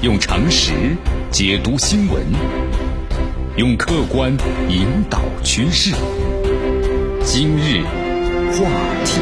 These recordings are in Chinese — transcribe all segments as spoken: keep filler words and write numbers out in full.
用常识解读新闻，用客观引导趋势。今日话题，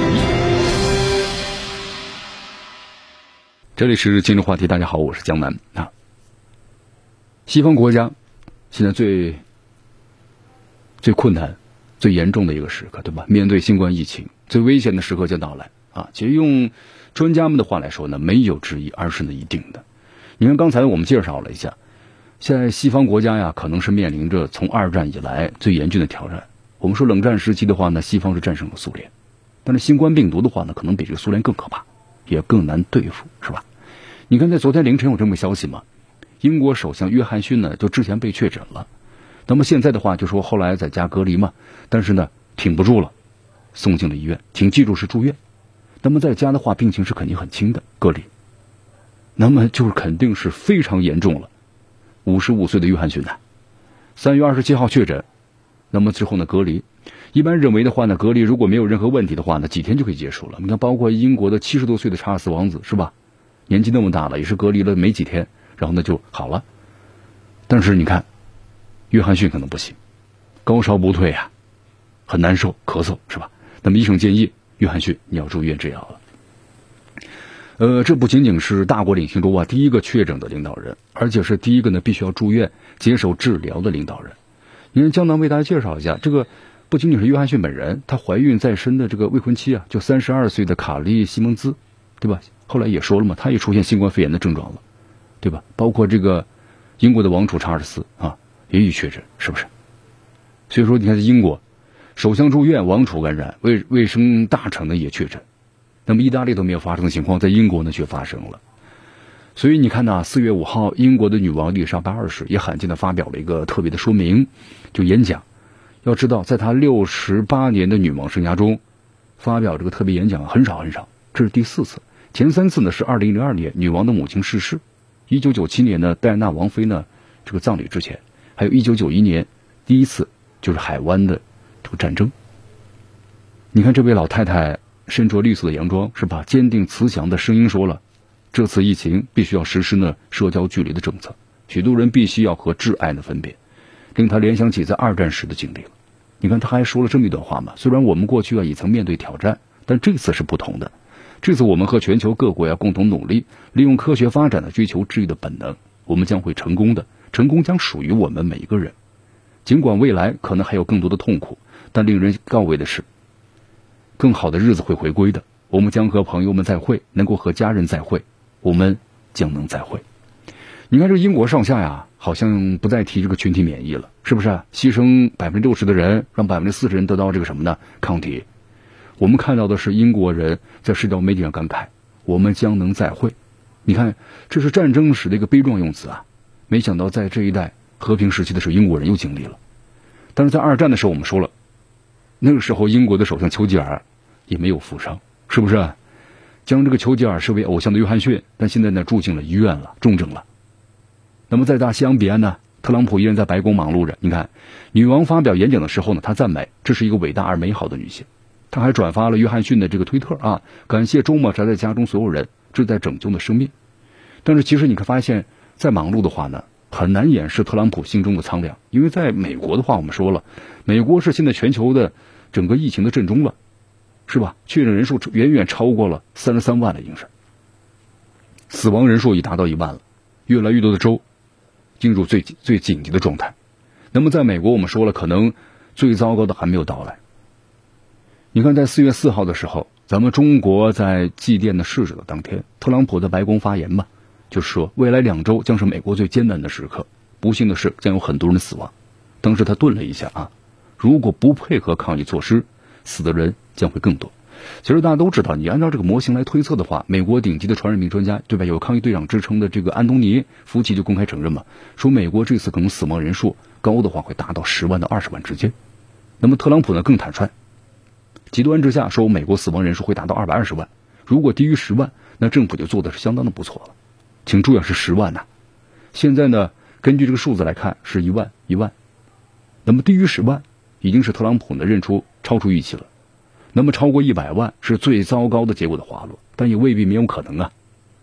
这里是今日话题。大家好，我是江南啊。西方国家现在最最困难、最严重的一个时刻，对吧？面对新冠疫情，最危险的时刻将到来啊！其实用专家们的话来说呢，没有之一，而是呢一定的。你看刚才我们介绍了一下，现在西方国家呀，可能是面临着从二战以来最严峻的挑战。我们说冷战时期的话呢，西方是战胜了苏联，但是新冠病毒的话呢，可能比这个苏联更可怕，也更难对付，是吧？你看在昨天凌晨有这么个消息吗？英国首相约翰逊呢，就之前被确诊了，那么现在的话就说后来在家隔离嘛，但是呢挺不住了，送进了医院，请记住是住院。那么在家的话，病情是肯定很轻的，隔离。那么就是肯定是非常严重了。五十五岁的约翰逊呢，三月二十七号确诊，那么之后呢隔离。一般认为的话呢，隔离如果没有任何问题的话呢，几天就可以结束了。你看，包括英国的七十多岁的查尔斯王子是吧？年纪那么大了，也是隔离了没几天，然后呢就好了。但是你看，约翰逊可能不行，高烧不退啊，很难受，咳嗽是吧？那么医生建议约翰逊你要住院治疗了。呃，这不仅仅是大国领袖中啊第一个确诊的领导人，而且是第一个呢必须要住院接受治疗的领导人。你看江南为大家介绍一下，这个不仅仅是约翰逊本人，他怀孕在身的这个未婚妻啊，就三十二岁的卡利西蒙兹，对吧？后来也说了嘛，他也出现新冠肺炎的症状了，对吧？包括这个英国的王储查尔斯啊，也已确诊，是不是？所以说你看，在英国，首相住院，王储感染，卫卫生大臣呢也确诊。那么意大利都没有发生的情况，在英国呢却发生了。所以你看呢，四月五号，英国的女王伊丽莎白二世也罕见的发表了一个特别的说明，就演讲。要知道，在她六十八年的女王生涯中，发表这个特别演讲很少很少，这是第四次。前三次呢是二零零二年女王的母亲逝世，一九九七年呢戴安娜王妃呢这个葬礼之前，还有一九九一年第一次就是海湾的这个战争。你看这位老太太身着绿色的洋装是吧？坚定慈祥的声音说了，这次疫情必须要实施呢社交距离的政策，许多人必须要和挚爱的分别，令他联想起在二战时的经历了。你看他还说了这么一段话嘛，虽然我们过去啊也曾面对挑战，但这次是不同的。这次我们和全球各国要共同努力，利用科学发展的追求治愈的本能，我们将会成功的，成功将属于我们每一个人。尽管未来可能还有更多的痛苦，但令人告慰的是，更好的日子会回归的，我们将和朋友们再会，能够和家人再会，我们将能再会。你看这英国上下呀，好像不再提这个群体免疫了，是不是啊？牺牲百分之六十的人，让百分之四十人得到这个什么呢？抗体。我们看到的是英国人在社交媒体上感慨，我们将能再会。你看，这是战争时的一个悲壮用词啊！没想到在这一代和平时期的时候，英国人又经历了。但是在二战的时候，我们说了，那个时候英国的首相丘吉尔也没有负伤，是不是？将这个丘吉尔视为偶像的约翰逊，但现在呢住进了医院了，重症了。那么在大西洋彼岸呢，特朗普依然在白宫忙碌着。你看，女王发表演讲的时候呢，她赞美这是一个伟大而美好的女性。她还转发了约翰逊的这个推特啊，感谢周末宅在家中所有人，志在拯救的生命。但是其实你看发现，在忙碌的话呢，很难掩饰特朗普心中的苍凉。因为在美国的话，我们说了，美国是现在全球的整个疫情的震中了，是吧？确诊人数远远超过了三十三万了，已经是死亡人数已达到一万了，越来越多的州进入最最紧急的状态。那么在美国，我们说了，可能最糟糕的还没有到来。你看，在四月四号的时候，咱们中国在祭奠的逝者的当天，特朗普在白宫发言嘛，就是说未来两周将是美国最艰难的时刻，不幸的是将有很多人死亡。当时他顿了一下啊，如果不配合抗疫措施，死的人将会更多。其实大家都知道，你按照这个模型来推测的话，美国顶级的传染病专家，对吧？有抗疫队长之称的这个安东尼·福奇就公开承认嘛，说美国这次可能死亡人数高的话会达到十万到二十万之间。那么特朗普呢更坦率，极端之下说美国死亡人数会达到二百二十万，如果低于十万，那政府就做的是相当的不错了。请注意是十万呐、啊，现在呢根据这个数字来看是一万一万，那么低于十万已经是特朗普呢认出超出预期了。那么超过一百万是最糟糕的结果的滑落，但也未必没有可能啊。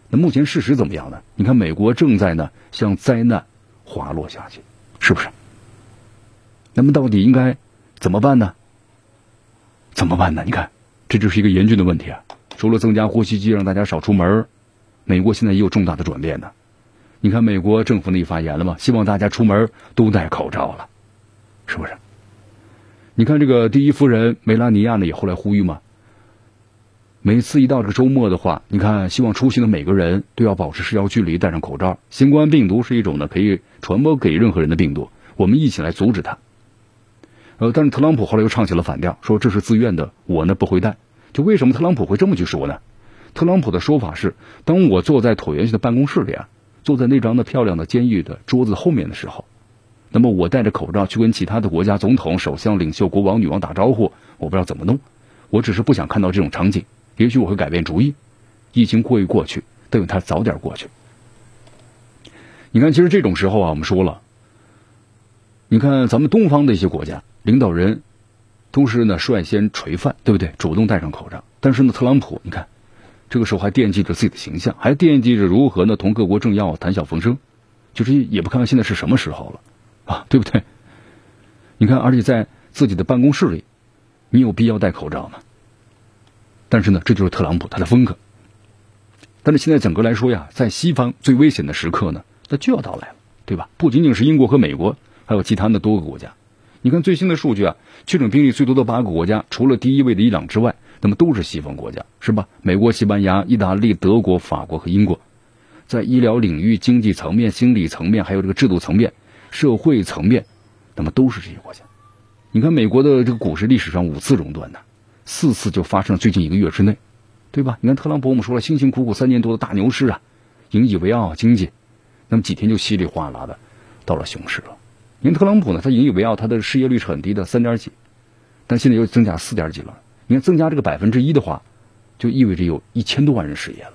那目前事实怎么样呢？你看美国正在呢向灾难滑落下去，是不是？那么到底应该怎么办呢？怎么办呢？你看，这就是一个严峻的问题啊！除了增加呼吸机让大家少出门，美国现在也有重大的转变呢。你看美国政府那发言了吗？希望大家出门都戴口罩了，是不是？你看这个第一夫人梅拉尼亚呢也后来呼吁嘛，每次一到这个周末的话，你看希望出行的每个人都要保持社交距离，戴上口罩。新冠病毒是一种呢可以传播给任何人的病毒，我们一起来阻止它。呃，但是特朗普后来又唱起了反调，说这是自愿的，我呢不会戴。就为什么特朗普会这么去说呢？特朗普的说法是，当我坐在椭圆形的办公室里啊，坐在那张的漂亮的监狱的桌子后面的时候，那么我戴着口罩去跟其他的国家总统、首相、领袖、国王、女王打招呼，我不知道怎么弄，我只是不想看到这种场景。也许我会改变主意，疫情过一过去，等它早点过去。你看，其实这种时候啊，我们说了，你看咱们东方的一些国家领导人都是呢率先垂范，对不对？主动戴上口罩。但是呢，特朗普你看这个时候还惦记着自己的形象，还惦记着如何呢同各国政要谈笑风生，就是也不看看现在是什么时候了啊，对不对？你看，而且在自己的办公室里，你有必要戴口罩吗？但是呢，这就是特朗普他的风格。但是现在整个来说呀，在西方最危险的时刻呢，那就要到来了，对吧？不仅仅是英国和美国，还有其他的多个国家。你看最新的数据啊，确诊病例最多的八个国家，除了第一位的伊朗之外，那么都是西方国家，是吧？美国、西班牙、意大利、德国、法国和英国，在医疗领域、经济层面、心理层面，还有这个制度层面、社会层面，那么都是这些国家。你看美国的这个股市历史上五次熔断呢，四次就发生了最近一个月之内，对吧？你看特朗普我们说了，辛辛苦苦三年多的大牛市啊，引以为傲经济，那么几天就稀里哗啦的到了熊市了。你看特朗普呢，他引以为傲，他的失业率是很低的，三点几，但现在又增加四点几了。你看增加这个百分之一的话，就意味着有一千多万人失业了。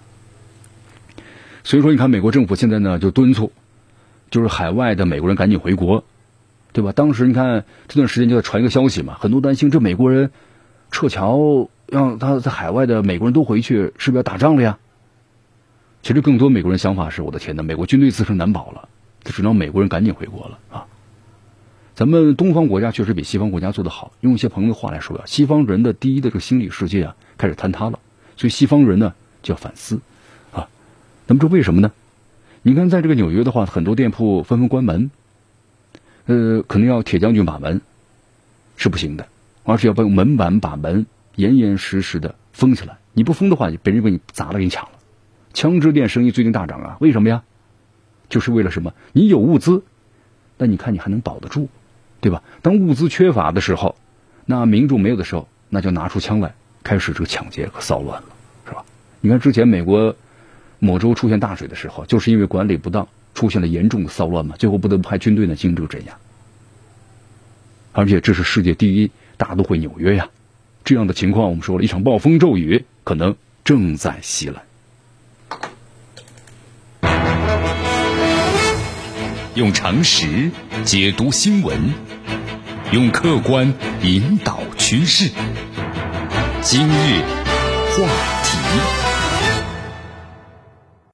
所以说，你看美国政府现在呢就敦促，就是海外的美国人赶紧回国，对吧？当时你看这段时间就在传一个消息嘛，很多担心这美国人撤侨，让他在海外的美国人都回去，是不是要打仗了呀？其实更多美国人想法是，我的天哪，美国军队自身难保了，就只能美国人赶紧回国了啊！咱们东方国家确实比西方国家做得好，用一些朋友的话来说呀，西方人的第一的这个心理世界啊开始坍塌了，所以西方人呢就要反思啊。那么这为什么呢？你看在这个纽约的话，很多店铺纷纷关门，呃，可能要铁将军把门是不行的，而是要把门板把门严严实实的封起来。你不封的话，别人给你砸了，给你抢了。枪支店生意最近大涨啊，为什么呀？就是为了什么？你有物资，那你看你还能保得住，对吧？当物资缺乏的时候，那民众没有的时候，那就拿出枪来，开始这个抢劫和骚乱了，是吧？你看之前美国某州出现大水的时候，就是因为管理不当，出现了严重的骚乱嘛，最后不得不派军队呢进行这个镇压。而且这是世界第一大都会纽约呀，这样的情况我们说了，一场暴风骤雨可能正在袭来。 用常识解读新闻，用客观引导趋势。今日话题。